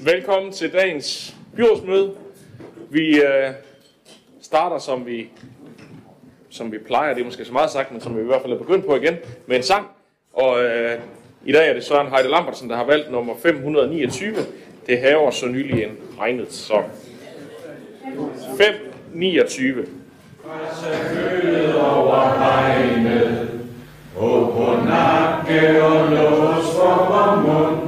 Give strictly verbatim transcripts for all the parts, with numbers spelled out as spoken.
Velkommen til dagens byrådsmøde. Vi øh, starter, som vi, som vi plejer, det er måske så meget sagt, men som vi i hvert fald er begyndt på igen, med en sang. Og øh, i dag er det Søren Heide Lambertsen, der har valgt nummer fem hundrede niogtyve. Det haver så nylig en regnet, så fem niogtyve. Følget over hegnet, og på nakke og lås for mund.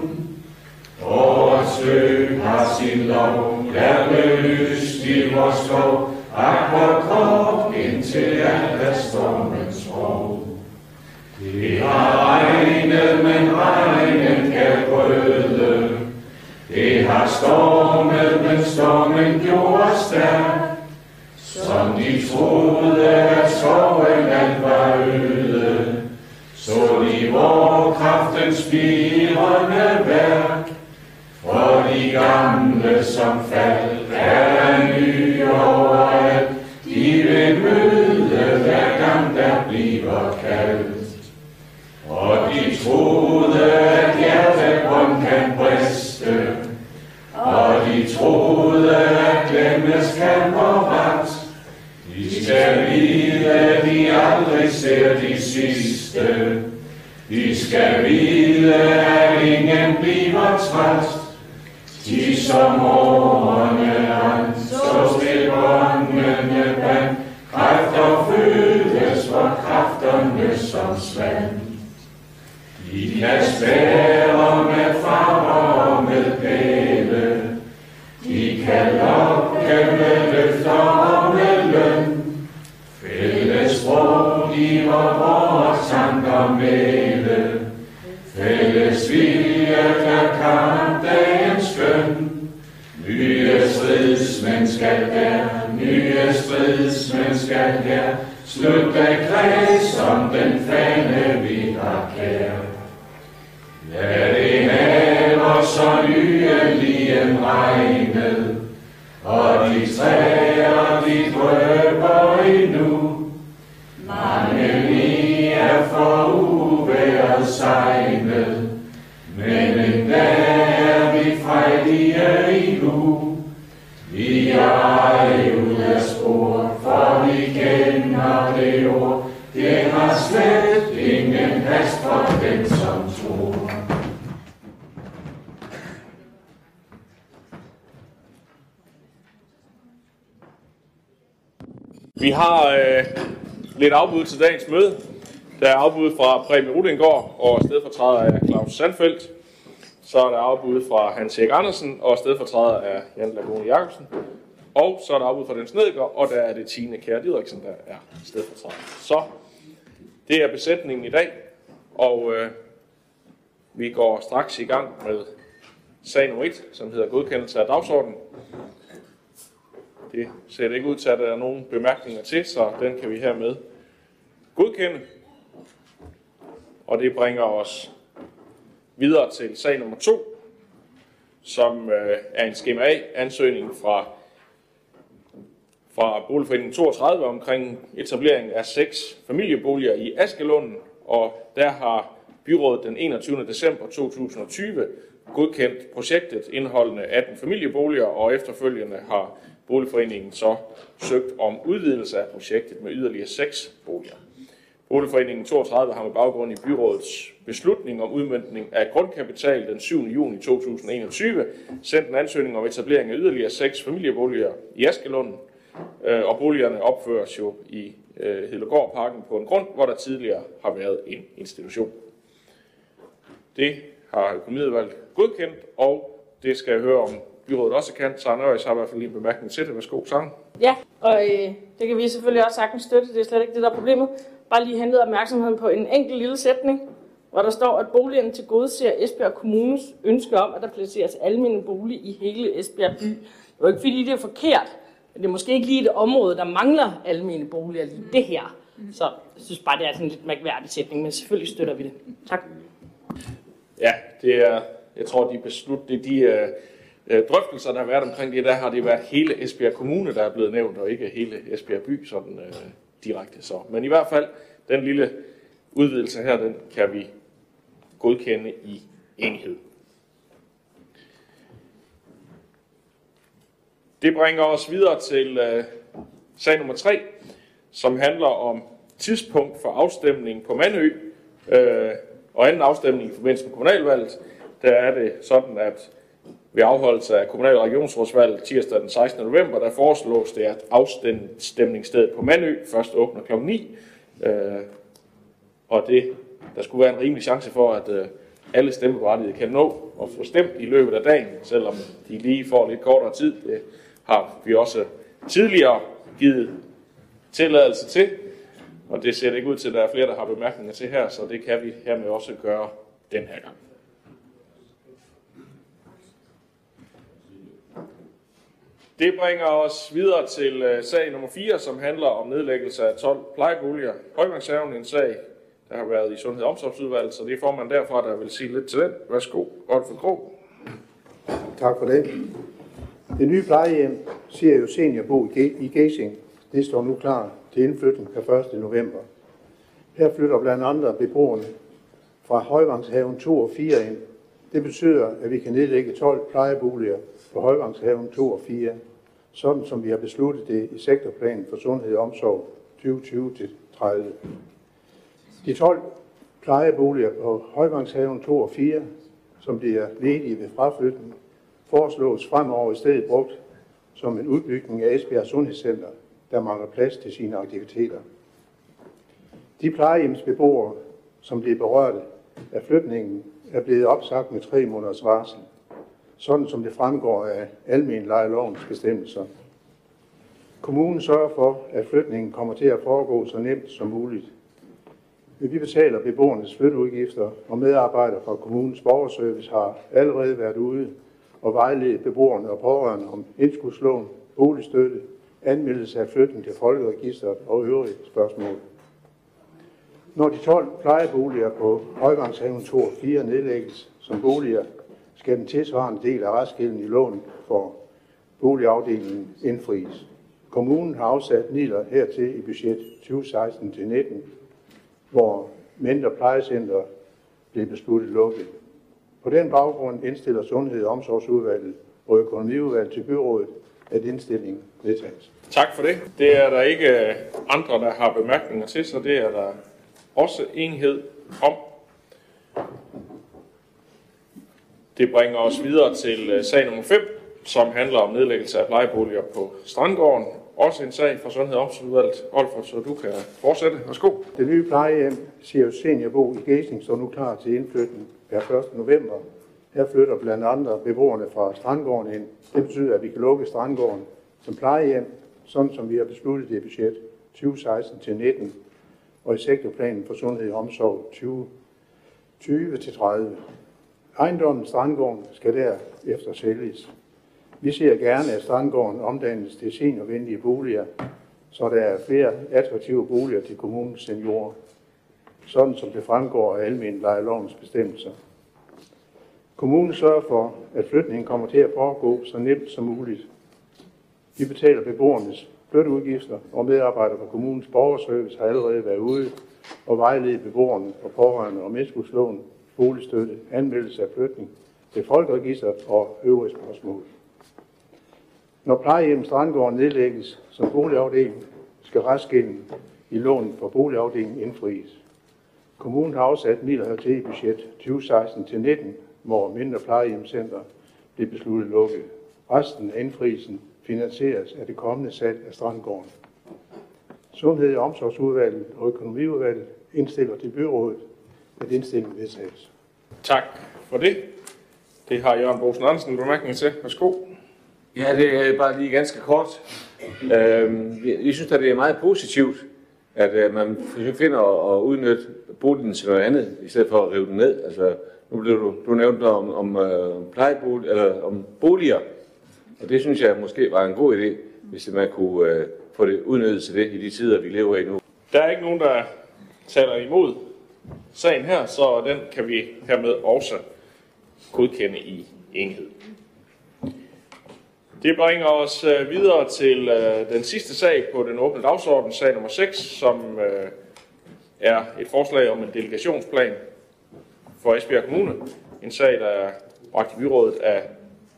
Årets sø har sin lov, der blev lyst i vor skov, akkur kort indtil alt er stormens sprog. Det har regnet, men regnen kan brøde. Det har stormet, men stormen gjorde stærk. Som de troede, at skoven alt var øde, så de vor kraftens spirende værk. For de gamle, som faldt, er nye overalt. De vil møde hver gang, der bliver kaldt. Og de troede, at hjertegrund kan briste. Og de troede, at glemmes kan på ret. De skal vide, at de aldrig ser de sidste. De skal vide, at ingen bliver træt. De som årene an, så vil båndene band. Kræfter fødes for kræfterne som svand. De kan spære med farver og med pæle. De kan lokke med løfter og med løn. Fælles sprog, de var vores tanker mæle. Fælles vilje, der kan dagen skøn. Nye stridsmænd skal der, nye stridsmænd skal her. Slut den kreds som den fane, vi har kær. Lad det haver så nyelig en regnet, og de træer, de drøber endnu. Mange lige er for uværet sejnet, men en dag er vi frejdige endnu. Vi er ej ud af spor, for vi kender det ord. Det har slet ingen hast for den, som tror. Vi har øh, lidt afbud til dagens møde. Der er afbud fra Preben Rudinggaard og stedfortræder af Claus Sandfeldt. Så er der afbud fra Hans Erik Andersen og stedfortræder af Jan Lagone Jacobsen. Og så er der afbud fra Den Snedgaard, og der er det Tine Kjær Didriksen, der er stedfortræder. Så det er besætningen i dag, og øh, vi går straks i gang med sag nummer et, som hedder godkendelse af dagsordenen. Det ser det ikke ud til, at der er nogen bemærkninger til, så den kan vi hermed godkende. Og det bringer os videre til sag nummer to, som øh, er en skema A-ansøgning fra, fra Boligforeningen toogtredive omkring etablering af seks familieboliger i Askelunden. Og der har byrådet den enogtyvende december to tusind og tyve godkendt projektet indeholdende atten familieboliger, og efterfølgende har Boligforeningen så søgt om udvidelse af projektet med yderligere seks boliger. Boligforeningen toogtredive har med baggrund i byrådets beslutning om udmøntning af grundkapital den syvende juni to tusind og enogtyve sendt en ansøgning om etablering af yderligere seks familieboliger i Askelunden, og boligerne opføres jo i Hedlegårdparken på en grund, hvor der tidligere har været en institution. Det har økonomiudvalget godkendt, og det skal jeg høre om byrådet også kan. Sara Nøjes har i hvert fald lige en bemærkning til det. Værsgo, Sara. Ja, og øh, det kan vi selvfølgelig også sagtens støtte. Det er slet ikke det, der er problemet. Bare lige hentet opmærksomheden på en enkelt lille sætning, hvor der står, at boligerne tilgodeser Esbjerg Kommunes ønske om, at der placeres almene bolig i hele Esbjerg by. Det er jo ikke fordi, det er forkert, men det er måske ikke lige det område, der mangler almene boliger lige det her. Så jeg synes bare, det er sådan en lidt mærkværdig sætning, men selvfølgelig støtter vi det. Tak. Ja, det er, jeg tror, de beslut, de, de øh, drøftelser, der har været omkring det, der har det været hele Esbjerg Kommune, der er blevet nævnt, og ikke hele Esbjerg by, sådan øh, direkte så. Men i hvert fald, den lille udvidelse her, den kan vi godkende i enighed. Det bringer os videre til uh, sag nummer tre, som handler om tidspunkt for afstemning på Mandø uh, og anden afstemning i forbindelse med kommunalvalget. Der er det sådan, at ved afholdelse af kommunal- og regionsrådsvalget tirsdag den sekstende november, der foreslås det, at afstemningsstedet på Mandø først åbner klokken ni. Uh, og det, der skulle være en rimelig chance for, at uh, alle stemmeberettigede kan nå at få stemt i løbet af dagen, selvom de lige får lidt kortere tid. Det har vi også tidligere givet tilladelse til, og det ser det ikke ud til, at der er flere, der har bemærkninger til her, så det kan vi hermed også gøre den her gang. Det bringer os videre til sag nummer fire, som handler om nedlæggelse af tolv plejeboliger. Højvandshaven, en sag, der har været i Sundhed- og Omsorgsudvalget, så det får man derfra, der vil sige lidt til den. Værsgo, Rolf Krog. Tak for det. Det nye plejehjem siger jo seniorbo i Gæsing. Det står nu klar til indflytning per første november. Her flytter blandt andet beboerne fra Højvandshaven to og fire ind. Det betyder, at vi kan nedlægge tolv plejeboliger på Højvandshaven to og fire, sådan som vi har besluttet det i sektorplanen for sundhed og omsorg tyve tyve til tredive. De tolv plejeboliger på Højvandshaven to og fire, som bliver ledige ved fraflytning, foreslås fremover i stedet brugt som en udbygning af Esbjerg Sundhedscenter, der mangler plads til sine aktiviteter. De plejehjemsbeboere, som bliver berørte af flytningen, er blevet opsagt med tre måneders varsel, sådan som det fremgår af almenlejelovens bestemmelser. Kommunen sørger for, at flytningen kommer til at foregå så nemt som muligt. Vi betaler beboernes flytteudgifter, og medarbejdere fra kommunens borgerservice har allerede været ude og vejledet beboerne og pårørende om indskudslån, boligstøtte, anmeldelse af flytning til folkeregisteret og øvrige spørgsmål. Når de tolv plejeboliger på Højvandshaven to og fire nedlægges som boliger, skal den tilsvarende del af restgælden i lån for boligafdelingen indfries. Kommunen har afsat midler hertil i budget tyve seksten til nitten, hvor mindre plejecenter blev besluttet lukket. På den baggrund indstiller Sundhed- og Omsorgsudvalget og Økonomiudvalget til byrådet, at indstillingen vedtages. Tak for det. Det er der ikke andre, der har bemærkninger til, så det er der også enighed om. Det bringer os videre til sag nummer fem, som handler om nedlæggelse af plejeboliger på Strandgården. Også en sag fra Sundhed- og Omsorgsudvalget. Olfert, så du kan fortsætte. Værsgo. Det nye plejehjem, siger seniorbo i Gæsing, står nu klar til indflytning per første november. Her flytter blandt andre beboerne fra Strandgården ind. Det betyder, at vi kan lukke Strandgården som plejehjem, sådan som vi har besluttet det i budget tyve seksten til nitten og i sektorplanen for sundhed og omsorg tyve tyve til tredive. Ejendommen Strandgården skal derefter sælges. Vi ser gerne, at Strandgården omdannes til seniorvenlige boliger, så der er flere attraktive boliger til kommunens seniorer, sådan som det fremgår af almenlejelovens bestemmelser. Kommunen sørger for, at flytningen kommer til at foregå så nemt som muligt. Vi betaler beboernes flytteudgifter, og medarbejdere fra kommunens borgerservice har allerede været ude og vejledet beboerne og pårørende om indskudslån, boligstøtte, anmeldelse af flytning til folkeregisteret og øvrige spørgsmål. Når plejehjem Strandgården nedlægges som boligafdeling, skal restgælden i lånet for boligafdelingen indfries. Kommunen har afsat midler hertil i budget tyve seksten til nitten, hvor mindre plejehjemscenter bliver besluttet lukket. Resten af indfrielsen finansieres af det kommende salg af Strandgården. Sundhed- og Omsorgsudvalget og Økonomiudvalget indstiller til byrådet, at indstillingen vedtages. Tak for det. Det har Jørgen Bosen Andersen en bemærkning til. Værsgo. Ja, det er bare lige ganske kort. Jeg synes, at det er meget positivt, at man finder at udnytte boligen til noget andet, i stedet for at rive den ned. Altså, nu blev du, du nævnt om, om plejebolig, eller om boliger, og det synes jeg måske var en god idé, hvis man kunne få det udnyttet til det i de tider, vi lever i nu. Der er ikke nogen, der taler imod sagen her, så den kan vi hermed også godkende i enighed. Det bringer os videre til den sidste sag på den åbne dagsorden, sag nummer seks, som er et forslag om en delegationsplan for Esbjerg Kommune. En sag, der er bragt i byrådet af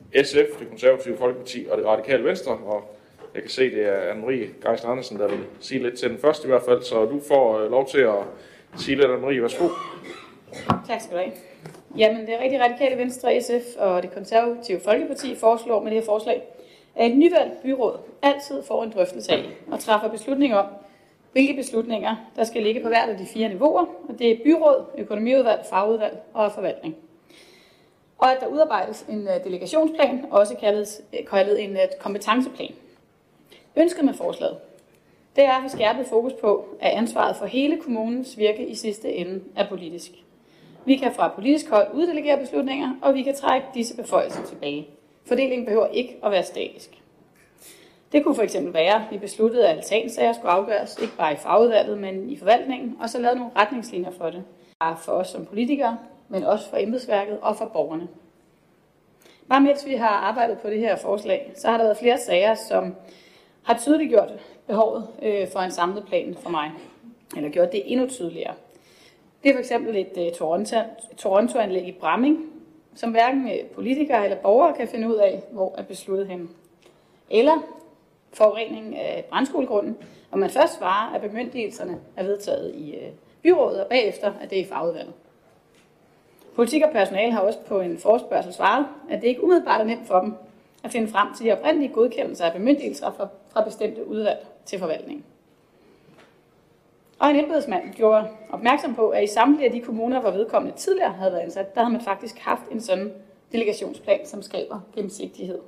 S F, det konservative Folkeparti og det radikale Venstre. Og jeg kan se, det er Anne-Marie Geisler Andersen, der vil sige lidt til den første i hvert fald. Så du får lov til at sige lidt, Anne-Marie. Værsgo. Tak skal du have. Jamen, det er rigtig radikale Venstre, S F og det konservative Folkeparti foreslår med det her forslag, at et nyvalgt byråd altid får en drøftelse af og træffer beslutninger om, hvilke beslutninger, der skal ligge på hvert af de fire niveauer, og det er byråd, økonomiudvalg, fagudvalg og forvaltning. Og at der udarbejdes en delegationsplan, også kaldet, kaldet en kompetenceplan. Ønsket med forslaget, det er at få skærpet fokus på, at ansvaret for hele kommunens virke i sidste ende er politisk. Vi kan fra politisk hold uddelegere beslutninger, og vi kan trække disse beføjelser tilbage. Fordelingen behøver ikke at være statisk. Det kunne for eksempel være, at vi besluttede, at altansager skulle afgøres, ikke bare i fagudvalget, men i forvaltningen, og så lavede nogle retningslinjer for det. Bare for os som politikere, men også for embedsværket og for borgerne. Bare mens vi har arbejdet på det her forslag, så har der været flere sager, som har tydeliggjort behovet for en samlet plan for mig, eller gjort det endnu tydeligere. Det er for eksempel et Toronto-anlæg i Bramming, som hverken politikere eller borgere kan finde ud af, hvor er besluttet hen. Eller forurening af brandskolegrunden, og man først svarer, at bemyndigelserne er vedtaget i byrådet, og bagefter at det er i fagudvalget. Politik og personale har også på en forespørgsel svaret, at det ikke umiddelbart er nemt for dem at finde frem til de oprindelige godkendelser af bemyndigelser fra, fra bestemte udvalg til forvaltningen. Og en embedsmand gjorde opmærksom på, at i samtlige af de kommuner, hvor vedkommende tidligere havde været ansat, der havde man faktisk haft en sådan delegationsplan, som skaber gennemsigtighed.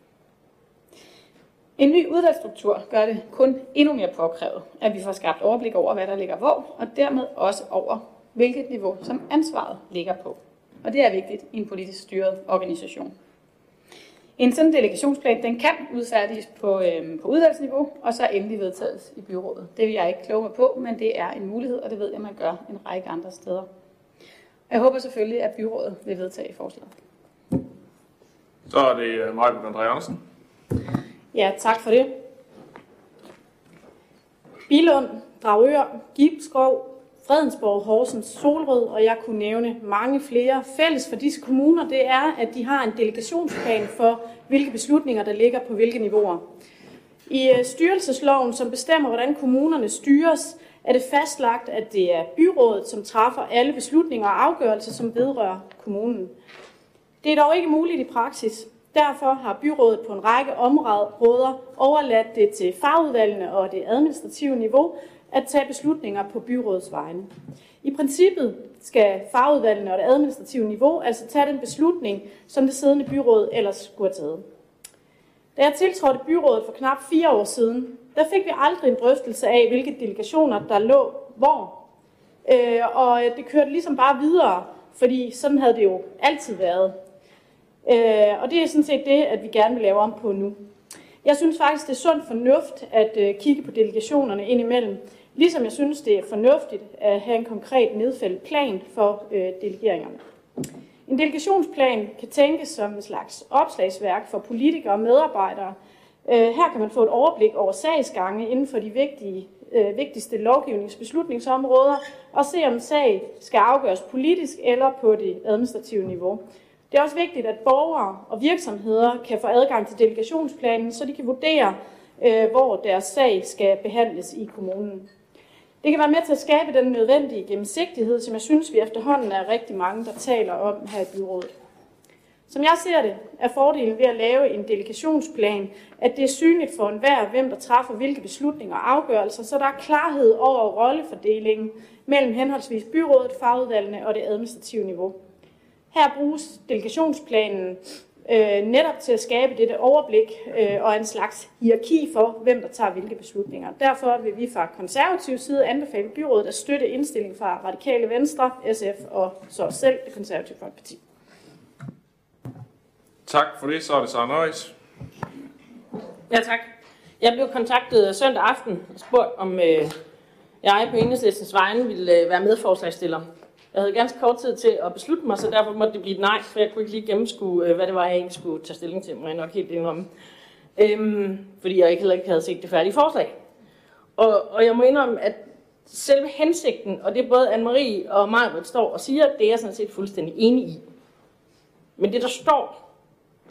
En ny udvalgsstruktur gør det kun endnu mere påkrævet, at vi får skabt overblik over, hvad der ligger hvor, og dermed også over, hvilket niveau som ansvaret ligger på. Og det er vigtigt i en politisk styret organisation. En sådan delegationsplan, den kan udfærdiges på, øhm, på udvalgsniveau, og så endelig vedtages i byrådet. Det vil jeg ikke kloge mig på, men det er en mulighed, og det ved jeg, man gør en række andre steder. Jeg håber selvfølgelig, at byrådet vil vedtage forslaget. Så er det Majbrit André Andersen. Ja, tak for det. Billund, Dragør, Gibskov, Fredensborg, Horsens, Solrød, og jeg kunne nævne mange flere. Fælles for disse kommuner, det er, at de har en delegationsplan for, hvilke beslutninger, der ligger på hvilke niveauer. I styrelsesloven, som bestemmer, hvordan kommunerne styres, er det fastlagt, at det er byrådet, som træffer alle beslutninger og afgørelser, som vedrører kommunen. Det er dog ikke muligt i praksis. Derfor har byrådet på en række områder overladt det til fagudvalgene og det administrative niveau at tage beslutninger på byrådets vegne. I princippet skal fagudvalgene og det administrative niveau altså tage den beslutning, som det siddende byråd ellers skulle have taget. Da jeg tiltrådte byrådet for knap fire år siden, der fik vi aldrig en drøftelse af, hvilke delegationer der lå hvor. Og det kørte ligesom bare videre, fordi sådan havde det jo altid været. Og det er sådan set det, at vi gerne vil lave om på nu. Jeg synes faktisk, det er sund fornuft at kigge på delegationerne indimellem, ligesom jeg synes, det er fornuftigt at have en konkret nedfældet plan for delegeringerne. En delegationsplan kan tænkes som en slags opslagsværk for politikere og medarbejdere. Her kan man få et overblik over sagsgange inden for de vigtige, vigtigste lovgivningsbeslutningsområder og se, om en sag skal afgøres politisk eller på det administrative niveau. Det er også vigtigt, at borgere og virksomheder kan få adgang til delegationsplanen, så de kan vurdere, hvor deres sag skal behandles i kommunen. Det kan være med til at skabe den nødvendige gennemsigtighed, som jeg synes, vi efterhånden er rigtig mange, der taler om her i byrådet. Som jeg ser det, er fordelen ved at lave en delegationsplan, at det er synligt for enhver, hvem der træffer hvilke beslutninger og afgørelser, så der er klarhed over rollefordelingen mellem henholdsvis byrådet, fagudvalgene og det administrative niveau. Her bruges delegationsplanen øh, netop til at skabe dette overblik øh, og en slags hierarki for, hvem der tager hvilke beslutninger. Derfor vil vi fra konservativ side anbefale byrådet at støtte indstilling fra Radikale Venstre, S F og så selv det konservative Folkeparti. Tak for det. Så er det Sara Nøjes. Ja, tak. Jeg blev kontaktet søndag aften og spurgt, om øh, jeg på Enhedslistens vegne ville øh, være medforslagsstiller. Jeg havde ganske kort tid til at beslutte mig, så derfor måtte det blive et nej, for jeg kunne ikke lige gennemskue, hvad det var, jeg egentlig skulle tage stilling til, må jeg nok helt indrømme. Øhm, fordi jeg ikke heller ikke havde set det færdige forslag. Og, og jeg må indrømme, at selve hensigten, og det både Anne-Marie og Majbrit står og siger, det er jeg sådan set fuldstændig enig i. Men det, der står,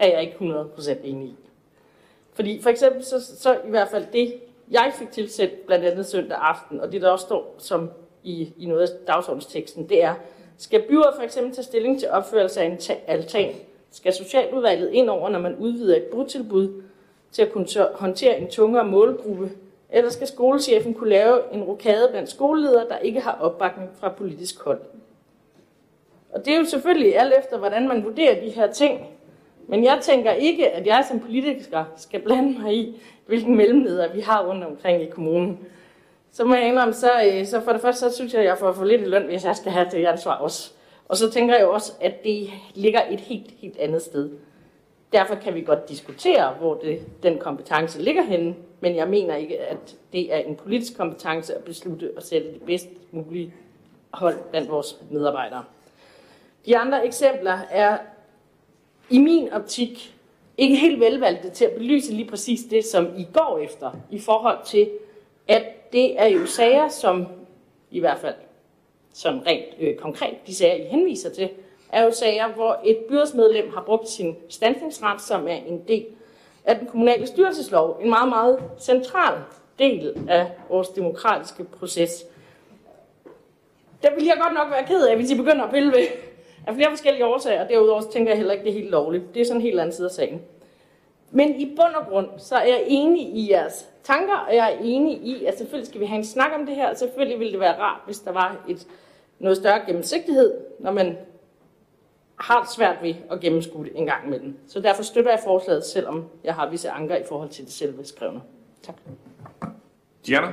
er jeg ikke hundrede procent enig i. Fordi for eksempel, så, så i hvert fald det, jeg fik tilsat blandt andet søndag aften, og det der også står som i, i noget af dagsordensteksten, det er, skal byrådet for eksempel tage stilling til opførelse af en altan? Skal socialudvalget ind over, når man udvider et botilbud til at kunne håndtere en tungere målgruppe? Eller skal skolechefen kunne lave en rokade blandt skoleledere, der ikke har opbakning fra politisk hold? Og det er jo selvfølgelig alt efter, hvordan man vurderer de her ting. Men jeg tænker ikke, at jeg som politiker skal blande mig i, hvilken mellemleder vi har rundt omkring i kommunen. Så må jeg indrømme, så, så for det første, så synes jeg, at jeg får for lidt i løn, hvis jeg skal have det ansvar også. Og så tænker jeg også, at det ligger et helt, helt andet sted. Derfor kan vi godt diskutere, hvor det, den kompetence ligger henne, men jeg mener ikke, at det er en politisk kompetence at beslutte at sætte det bedst mulige hold blandt vores medarbejdere. De andre eksempler er i min optik ikke helt velvalgte til at belyse lige præcis det, som I går efter, i forhold til, at det er jo sager, som i hvert fald som rent øh, konkret, de sager, I henviser til, er jo sager, hvor et byrådsmedlem har brugt sin standsningsret, som er en del af den kommunale styrelseslov, en meget, meget central del af vores demokratiske proces. Der vil jeg godt nok være ked af, hvis I begynder at pille ved af flere forskellige årsager, og derudover tænker jeg heller ikke, det er helt lovligt. Det er sådan en helt anden side af sagen. Men i bund og grund, så er jeg enig i jeres tanker, og jeg er enig i, at selvfølgelig skal vi have en snak om det her, og selvfølgelig ville det være rart, hvis der var et, noget større gennemsigtighed, når man har svært ved at gennemskue det en gang imellem. Så derfor støtter jeg forslaget, selvom jeg har visse anker i forhold til det selve skrevne. Tak. Diana?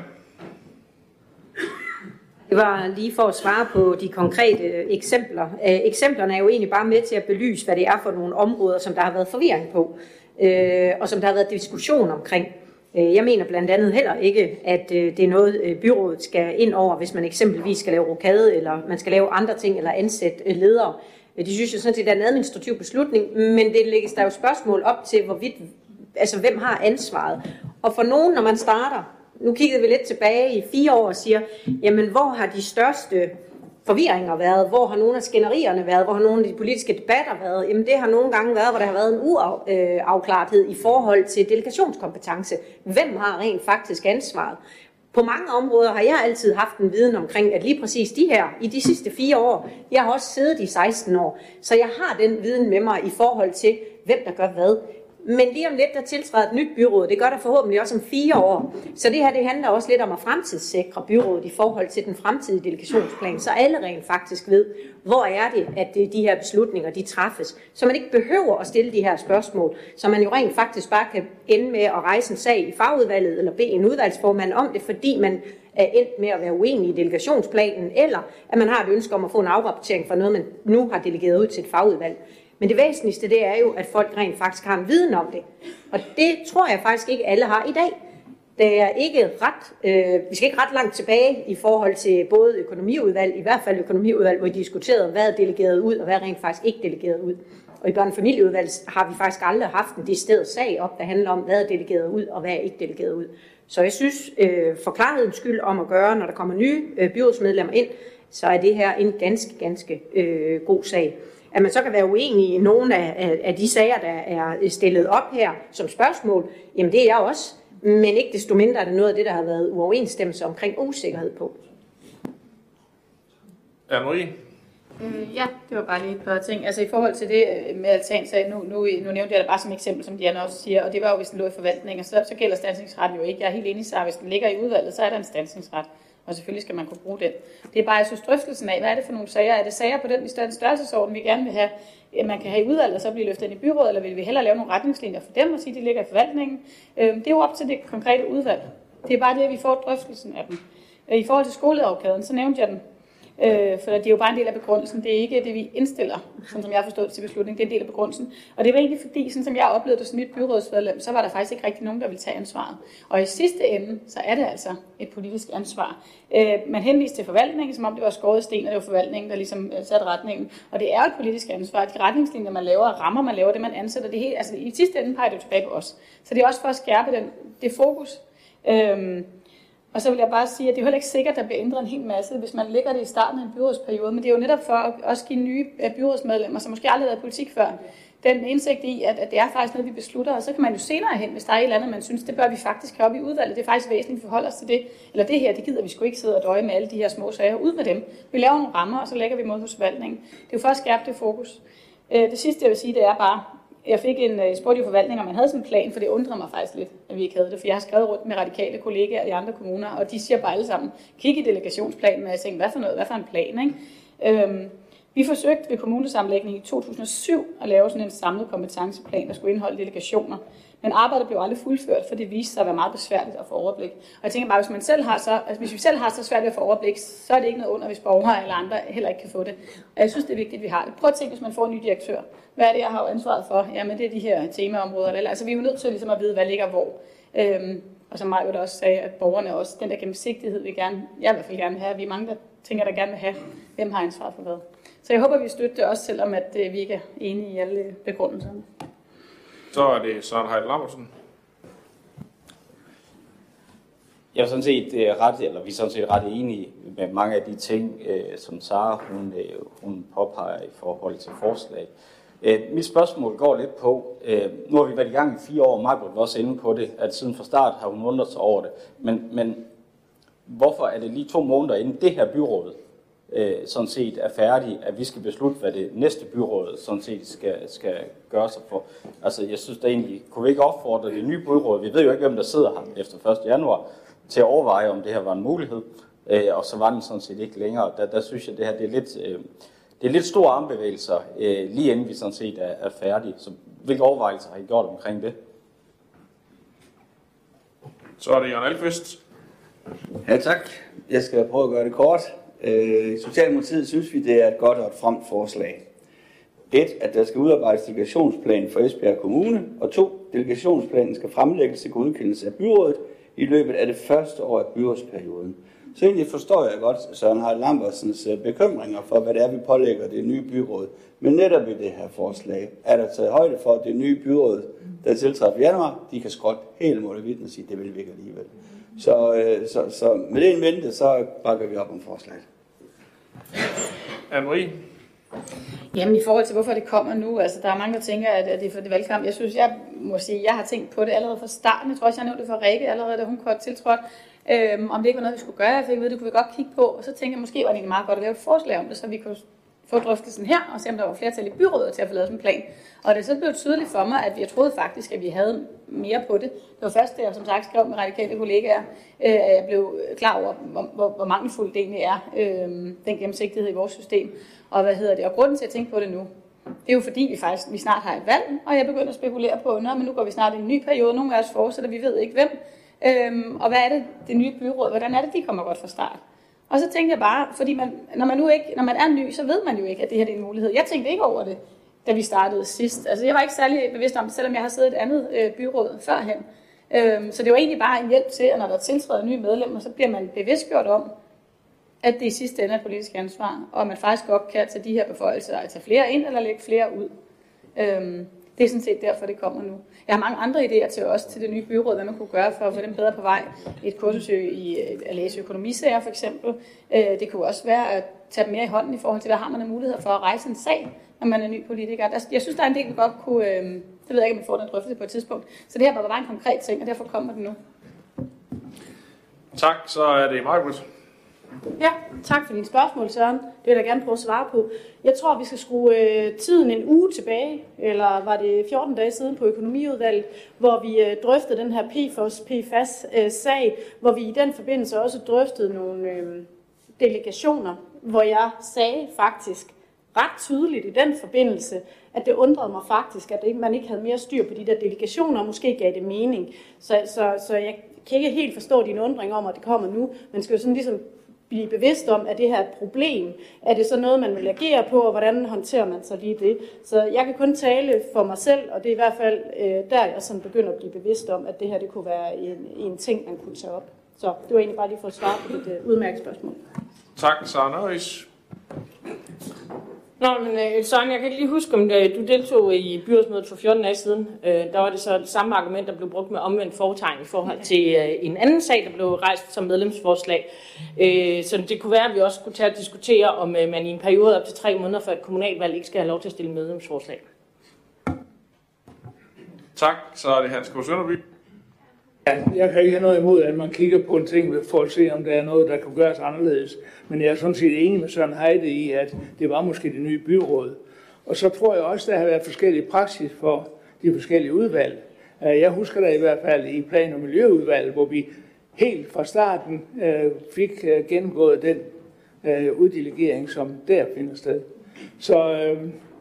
Det var lige for at svare på de konkrete eksempler. Eksemplerne er jo egentlig bare med til at belyse, hvad det er for nogle områder, som der har været forvirring på, og som der har været diskussion omkring. Jeg mener blandt andet heller ikke, at det er noget, byrådet skal ind over, hvis man eksempelvis skal lave rokade, eller man skal lave andre ting, eller ansætte ledere. Det synes jeg sådan set er en administrativ beslutning, men det lægges der jo spørgsmål op til, hvorvidt, altså hvem har ansvaret. Og for nogen, når man starter, nu kiggede vi lidt tilbage i fire år og siger, jamen hvor har de største forvirringer været? Hvor har nogle af skænderierne været? Hvor har nogle af de politiske debatter været? Jamen det har nogle gange været, hvor der har været en uafklarethed i forhold til delegationskompetence. Hvem har rent faktisk ansvaret? På mange områder har jeg altid haft en viden omkring, at lige præcis de her, i de sidste fire år, jeg har også siddet i seksten år, så jeg har den viden med mig i forhold til, hvem der gør hvad. Men lige om lidt, der tiltræder et nyt byråd. Det gør der forhåbentlig også om fire år. Så det her, det handler også lidt om at fremtidssikre byrådet i forhold til den fremtidige delegationsplan, så alle rent faktisk ved, hvor er det, at de her beslutninger, de træffes. Så man ikke behøver at stille de her spørgsmål, så man jo rent faktisk bare kan ende med at rejse en sag i fagudvalget, eller bede en udvalgsformand om det, fordi man er endt med at være uenig i delegationsplanen, eller at man har et ønske om at få en afrapportering fra noget, man nu har delegeret ud til et fagudvalg. Men det væsentligste, det er jo, at folk rent faktisk har en viden om det. Og det tror jeg faktisk ikke alle har i dag. Det er ikke ret, øh, vi skal ikke ret langt tilbage i forhold til både økonomiudvalg, i hvert fald økonomiudvalg, hvor vi diskuterede, hvad er delegeret ud, og hvad er rent faktisk ikke delegeret ud. Og i børne- og familieudvalg har vi faktisk aldrig haft en decideret sag op, der handler om, hvad er delegeret ud, og hvad er ikke delegeret ud. Så jeg synes, øh, for klarhedens skyld om at gøre, når der kommer nye øh, byrådsmedlemmer ind, så er det her en ganske, ganske øh, god sag. At man så kan være uenig i nogle af, af de sager, der er stillet op her som spørgsmål, jamen det er jeg også. Men ikke desto mindre er det noget af det, der har været uoverensstemmelse omkring usikkerhed på. Ja, Marie? Øh, ja, det var bare lige et par ting. Altså i forhold til det med altansag, nu, nu, nu nævnte jeg det bare som eksempel, som Diana også siger, og det var jo, hvis den lå i forvaltningen, så, så gælder standsningsretten jo ikke. Jeg er helt enig, så hvis den ligger i udvalget, så er der en standsningsret. Og selvfølgelig skal man kunne bruge den. Det er bare, jeg synes, drøftelsen af, hvad er det for nogle sager? Er det sager på den i større størrelsesorden, vi gerne vil have, man kan have i udvalget, og så blive løftet ind i byrådet, eller vil vi hellere lave nogle retningslinjer for dem og sige, at de ligger i forvaltningen? Det er jo op til det konkrete udvalg. Det er bare det, at vi får drøftelsen af dem. I forhold til skolelederopgaven, så nævnte jeg den. Øh, for det er jo bare en del af begrundelsen. Det er ikke det, vi indstiller, sådan som jeg har forstået til beslutningen. Det er en del af begrundelsen. Og det var egentlig fordi, sådan som jeg oplevede det som nyt byrådsmedlem, så var der faktisk ikke rigtig nogen, der ville tage ansvaret. Og i sidste ende, så er det altså et politisk ansvar. Øh, man henviste til forvaltningen, som om det var skåret i sten, og det var forvaltningen, der ligesom satte retningen. Og det er et politisk ansvar. De retningslinjer, man laver, rammer man laver, det man ansætter, det hele, altså i sidste ende peger det jo tilbage på os. Så det er også for at skærpe den, det fokus. Øh, Og så vil jeg bare sige, at det er heller ikke sikkert, at der bliver ændret en hel masse, hvis man lægger det i starten af en byrådsperiode. Men det er jo netop for at også give nye byrådsmedlemmer, som måske aldrig har været i politik før, den indsigt i, at, at det er faktisk noget, vi beslutter, og så kan man jo senere hen, hvis der er et eller andet, man synes, det bør vi faktisk have op i udvalget. Det er faktisk væsentligt, at vi forholder os til det. Eller det her, det gider vi sgu ikke sidde og døje med alle de her små sager. Ud med dem. Vi laver nogle rammer, og så lægger vi mod hos forvaltningen. Det er jo for at skærpe det fokus. Det sidste, jeg vil sige, det er bare, jeg fik en spurgt i forvaltning, om man havde sådan en plan, for det undrede mig faktisk lidt, at vi ikke havde det. For jeg har skrevet rundt med radikale kollegaer i andre kommuner, og de siger bare alle sammen, kig i delegationsplanen, og jeg tænkte, hvad for noget, hvad for en plan, ikke? Øhm, Vi forsøgte ved kommunesammenlægning i to tusind og syv at lave sådan en samlet kompetenceplan, der skulle indeholde delegationer. Men arbejdet blev aldrig fuldført, for det viste sig at være meget besværligt at få overblik. Og jeg tænker bare, hvis, man selv har så, altså hvis vi selv har så svært ved at få overblik, så er det ikke noget under, hvis borgere eller andre heller ikke kan få det. Og jeg synes, det er vigtigt, at vi har det. Prøv at tænke, hvis man får en ny direktør. Hvad er det, jeg har ansvaret for? Jamen, det er de her temaområder. Altså, vi er jo nødt til ligesom at vide, hvad ligger hvor. Øhm, og som Maja også sagde, at borgerne også, den der gennemsigtighed vil gerne, jeg i hvert fald gerne vil have. Vi er mange, der tænker, der gerne vil have, hvem har ansvaret for hvad. Så jeg håber, vi støtter det også, selvom at vi ikke er enige i alle begrundelserne. Så er det Søren Heide Lambertsen. Jeg er sådan set ret, eller vi er sådan set ret enige med mange af de ting, som Sara hun, hun påpeger i forhold til forslag. Mit spørgsmål går lidt på, nu har vi været i gang i fire år, Majbrit var også inde på det, at siden fra start har hun undret sig over det, men, men hvorfor er det lige to måneder inden det her byråd sådan set er færdig, at vi skal beslutte, hvad det næste byråd sådan set skal, skal gøre sig for. Altså, jeg synes da egentlig, kunne vi ikke opfordre det nye byråd, vi ved jo ikke, hvem der sidder her efter første januar, til at overveje, om det her var en mulighed, og så var den sådan set ikke længere. Der, der synes jeg, det her det er lidt, det er lidt store armbevægelser, lige inden vi sådan set er, er færdige. Så hvilke overvejelser har I gjort omkring det? Så er det Jørgen Alkvist. Ja, tak. Jeg skal prøve at gøre det kort. I Socialdemokratiet synes vi, det er et godt og et fremt forslag. Et, at der skal udarbejdes delegationsplan for Esbjerg Kommune, og to, delegationsplanen skal fremlægges til godkendelse af byrådet i løbet af det første år af byrådsperioden. Så egentlig forstår jeg godt Søren Heide Lambertsens bekymringer for, hvad det er, vi pålægger det nye byråd. Men netop i det her forslag er der taget højde for, at det nye byråd, der tiltræder i januar, de kan skråtte helt målevitten og sige, det vil vi ikke alligevel. Så, så, så med det en mente, så bakker vi op om forslaget. Anne-Marie? Jamen i forhold til, hvorfor det kommer nu, altså der er mange, der tænker, at det er for det valgkamp. Jeg synes, jeg må sige, jeg har tænkt på det allerede fra starten. Jeg tror også, jeg nævnte det for Rikke allerede, da hun kort tiltrådte. Øhm, om det ikke var noget, vi skulle gøre. Jeg fik at vide, det kunne vi godt kigge på. Og så tænkte jeg, måske var det meget godt at lave et forslag om det, så vi kunne få drøftelsen her, og se om der var flertal i byrådet til at få lavet sådan en plan. Og det så blev tydeligt for mig, at jeg troede faktisk, at vi havde mere på det. Det var først, da jeg som sagt skrev med radikale kollegaer, at jeg blev klar over, hvor, hvor, hvor mangelfuld det egentlig er, øh, den gennemsigtighed i vores system. Og hvad hedder det? Og grunden til at tænke på det nu, det er jo fordi, vi faktisk vi snart har et valg, og jeg begynder at spekulere på, nå, men nu går vi snart i en ny periode, nogle af os fortsætter, vi ved ikke hvem. Øhm, og hvad er det, det nye byråd, hvordan er det, de kommer godt fra start? Og så tænkte jeg bare, fordi man, når man nu ikke, når man er ny, så ved man jo ikke, at det her det er en mulighed. Jeg tænkte ikke over det, da vi startede sidst. Altså jeg var ikke særlig bevidst om det, selvom jeg har siddet et andet øh, byråd førhen. Øhm, så det var egentlig bare en hjælp til, at når der tiltræder nye medlemmer, så bliver man bevidstgjort om, at det i sidste ende er et politisk ansvar, og at man faktisk godt kan tage de her beføjelser, altså tage flere ind eller lægge flere ud. Øhm, det er sådan set derfor, det kommer nu. Jeg har mange andre idéer til os til det nye byråd, hvad man kunne gøre for at få dem bedre på vej. Et kursus i at læse økonomisager for eksempel. Det kunne også være at tage dem mere i hånden i forhold til, hvad har man af muligheder for at rejse en sag, når man er ny politiker. Jeg synes, der er en del, vi godt kunne, det ved jeg ikke, om vi får den drøftelse på et tidspunkt. Så det her var bare en konkret ting, og derfor kommer det nu. Tak, så er det Majbrit. Ja, tak for dine spørgsmål, Søren. Det vil jeg gerne prøve at svare på. Jeg tror, vi skal skrue øh, tiden en uge tilbage, eller var det fjorten dage siden på økonomiudvalget, hvor vi øh, drøftede den her P F O S, P F A S-sag, øh, hvor vi i den forbindelse også drøftede nogle øh, delegationer, hvor jeg sagde faktisk ret tydeligt i den forbindelse, at det undrede mig faktisk, at man ikke havde mere styr på de der delegationer, og måske gav det mening. Så, så, så jeg kan ikke helt forstå din undring om, at det kommer nu. Man skal jo sådan ligesom blive bevidst om, at det her er et problem. Er det så noget, man vil agere på, og hvordan håndterer man så lige det? Så jeg kan kun tale for mig selv, og det er i hvert fald øh, der, jeg sådan begynder at blive bevidst om, at det her det kunne være en, en ting, man kunne tage op. Så det var egentlig bare lige for at svare på dit øh, udmærket spørgsmål. Tak, Sara Nøjes. Nå, men øh, Søren, jeg kan ikke lige huske, om øh, du deltog i byrådsmødet for fjorten dage siden. Øh, der var det så det samme argument, der blev brugt med omvendt foretegn i forhold til øh, en anden sag, der blev rejst som medlemsforslag. Øh, så det kunne være, at vi også skulle tage at diskutere, om øh, man i en periode op til tre måneder før et kommunalvalg ikke skal have lov til at stille medlemsforslag. Tak. Så er det Hans K. Sønderby. Ja, jeg kan ikke have noget imod, at man kigger på en ting for at se, om der er noget, der kunne gøres anderledes. Men jeg er sådan set enig med Søren Heide i, at det var måske det nye byråd. Og så tror jeg også, der har været forskellige praksis for de forskellige udvalg. Jeg husker da i hvert fald i plan- og miljøudvalget, hvor vi helt fra starten øh, fik øh, gennemgået den øh, uddelegering, som der finder sted. Så øh,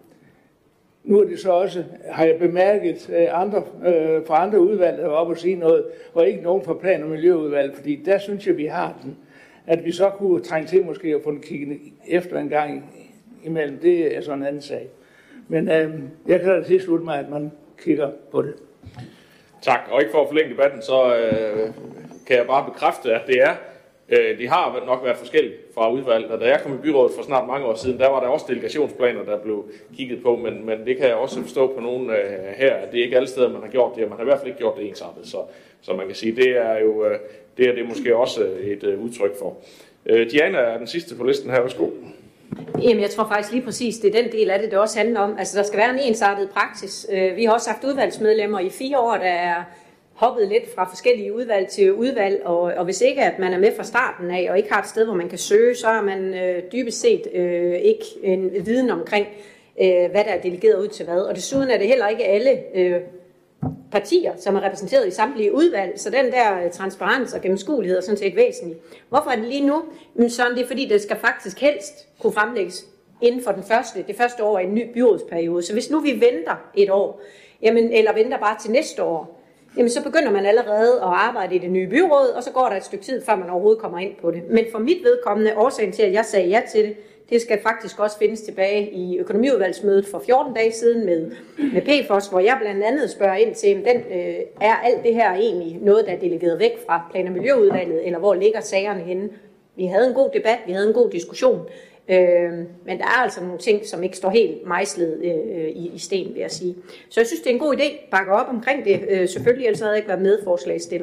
nu er det så også, har jeg bemærket øh, andre, øh, fra andre udvalg, der var oppe og sige noget, og ikke nogen fra plan- og miljøudvalget, fordi der synes jeg, vi har den. At vi så kunne trænge til måske at få den kigget efter en gang imellem, det er sådan en anden sag. Men øh, jeg kan da tilslutte mig, at man kigger på det. Tak, og ikke for at forlænge debatten, så øh, kan jeg bare bekræfte, at det er, øh, de har nok været forskellige fra udvalget. Og da jeg kom i byrådet for snart mange år siden, der var der også delegationsplaner, der blev kigget på, men, men det kan jeg også forstå på nogen øh, her, at det er ikke alle steder, man har gjort det, og man har i hvert fald ikke gjort det ensartet. Så, så man kan sige, det er jo øh, det er det måske også et øh, udtryk for. Øh, Diana er den sidste på listen her. Værsgo. Jamen, jeg tror faktisk lige præcis, det er den del af det, det også handler om. Altså, der skal være en ensartet praksis. Vi har også haft udvalgsmedlemmer i fire år, der er hoppet lidt fra forskellige udvalg til udvalg, og, og hvis ikke at man er med fra starten af, og ikke har et sted, hvor man kan søge, så har man øh, dybest set øh, ikke en viden omkring, øh, hvad der er delegeret ud til hvad. Og desuden er det heller ikke alle øh, partier, som er repræsenteret i samtlige udvalg, så den der transparens og gennemskuelighed er sådan set væsentlig. Hvorfor er det lige nu? Men sådan det er, fordi det skal faktisk helst kunne fremlægges inden for den første, det første år af en ny byrådsperiode. Så hvis nu vi venter et år, jamen, eller venter bare til næste år, jamen så begynder man allerede at arbejde i det nye byråd, og så går der et stykke tid, før man overhovedet kommer ind på det. Men for mit vedkommende, årsagen til, at jeg sagde ja til det, det skal faktisk også findes tilbage i økonomiudvalgsmødet for fjorten dage siden med, med P F O S, hvor jeg blandt andet spørger ind til, om den, øh, er alt det her egentlig noget, der er delegeret væk fra plan- og miljøudvalget, eller hvor ligger sagerne henne? Vi havde en god debat, vi havde en god diskussion, øh, men der er altså nogle ting, som ikke står helt mejslet øh, i, i sten, vil jeg sige. Så jeg synes, det er en god idé, bakker op omkring det. Øh, selvfølgelig ellers havde jeg ikke været medforslagsstiller.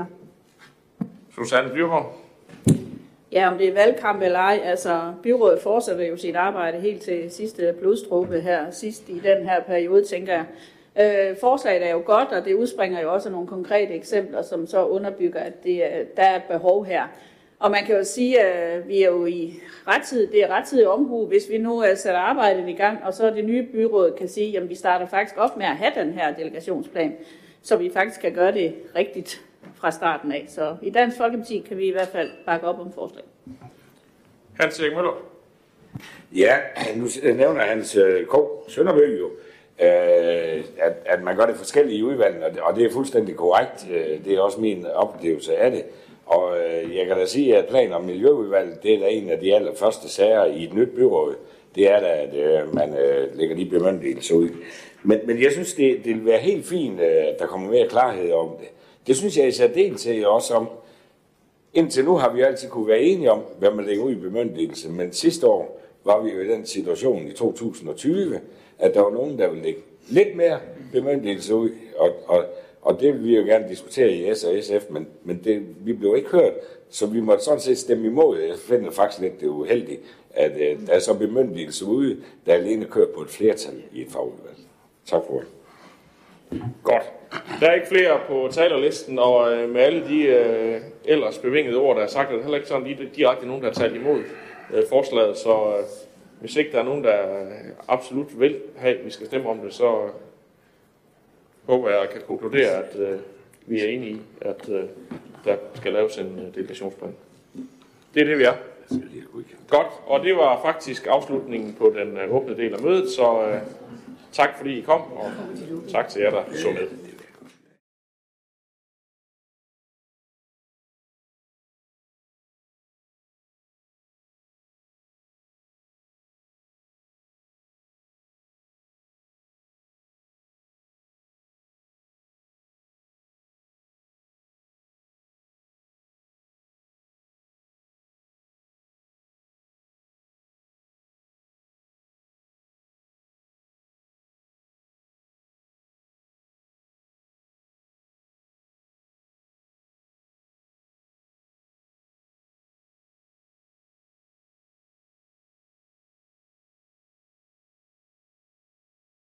Susanne Dyrgaard. Ja, om det er valgkamp eller ej, altså byrådet fortsætter jo sit arbejde helt til sidste blodstruppe her, sidst i den her periode, tænker jeg. Øh, forslaget er jo godt, og det udspringer jo også af nogle konkrete eksempler, som så underbygger, at det, der er et behov her. Og man kan jo sige, at vi er jo i rettidig, det er rettidig omhu, hvis vi nu sætter arbejdet i gang, og så det nye byråd kan sige, at vi starter faktisk op med at have den her delegationsplan, så vi faktisk kan gøre det rigtigt fra starten af. Så i Dansk Folkeparti kan vi i hvert fald bakke op om forslaget. Hans Erik Møller. Ja, nu nævner Hans K. Sønderby jo, at, at man gør det forskellige i udvalgene, og det er fuldstændig korrekt. Det er også min oplevelse af det. Og jeg kan da sige, at plan- og miljøudvalget, det er da en af de allerførste sager i et nyt byråd. Det er da, at man lægger de bemyndigelser ud. Men, men jeg synes, det, det vil være helt fint, at der kommer mere klarhed om det. Det synes jeg i særdeleshed også om. Indtil nu har vi altid kunne være enige om, hvad man lægger ud i bemyndigelse. Men sidste år var vi jo i den situation i to tusind og tyve, at der var nogen, der ville lægge lidt mere bemyndigelse ud. Og, og, og det vil vi jo gerne diskutere i S og S F, men, men det, vi blev ikke hørt. Så vi måtte sådan set stemme imod. Jeg finder faktisk lidt det uheldigt, at uh, der er så bemyndigelse ude, der alene kører på et flertal i et fagudvalg. Tak for det. Godt. Der er ikke flere på talerlisten, og øh, med alle de øh, ellers bevingede ord, der er sagt, er det heller ikke sådan lige direkte nogen, der har talt imod øh, forslaget. Så øh, hvis ikke der er nogen, der absolut vil have, at vi skal stemme om det, så øh, håber jeg, at jeg kan konkludere, at øh, vi er enige i, at øh, der skal laves en øh, delegationsplan. Det er det, vi er. Godt, og det var faktisk afslutningen på den øh, åbne del af mødet, så øh, tak fordi I kom, og tak til jer, der så med.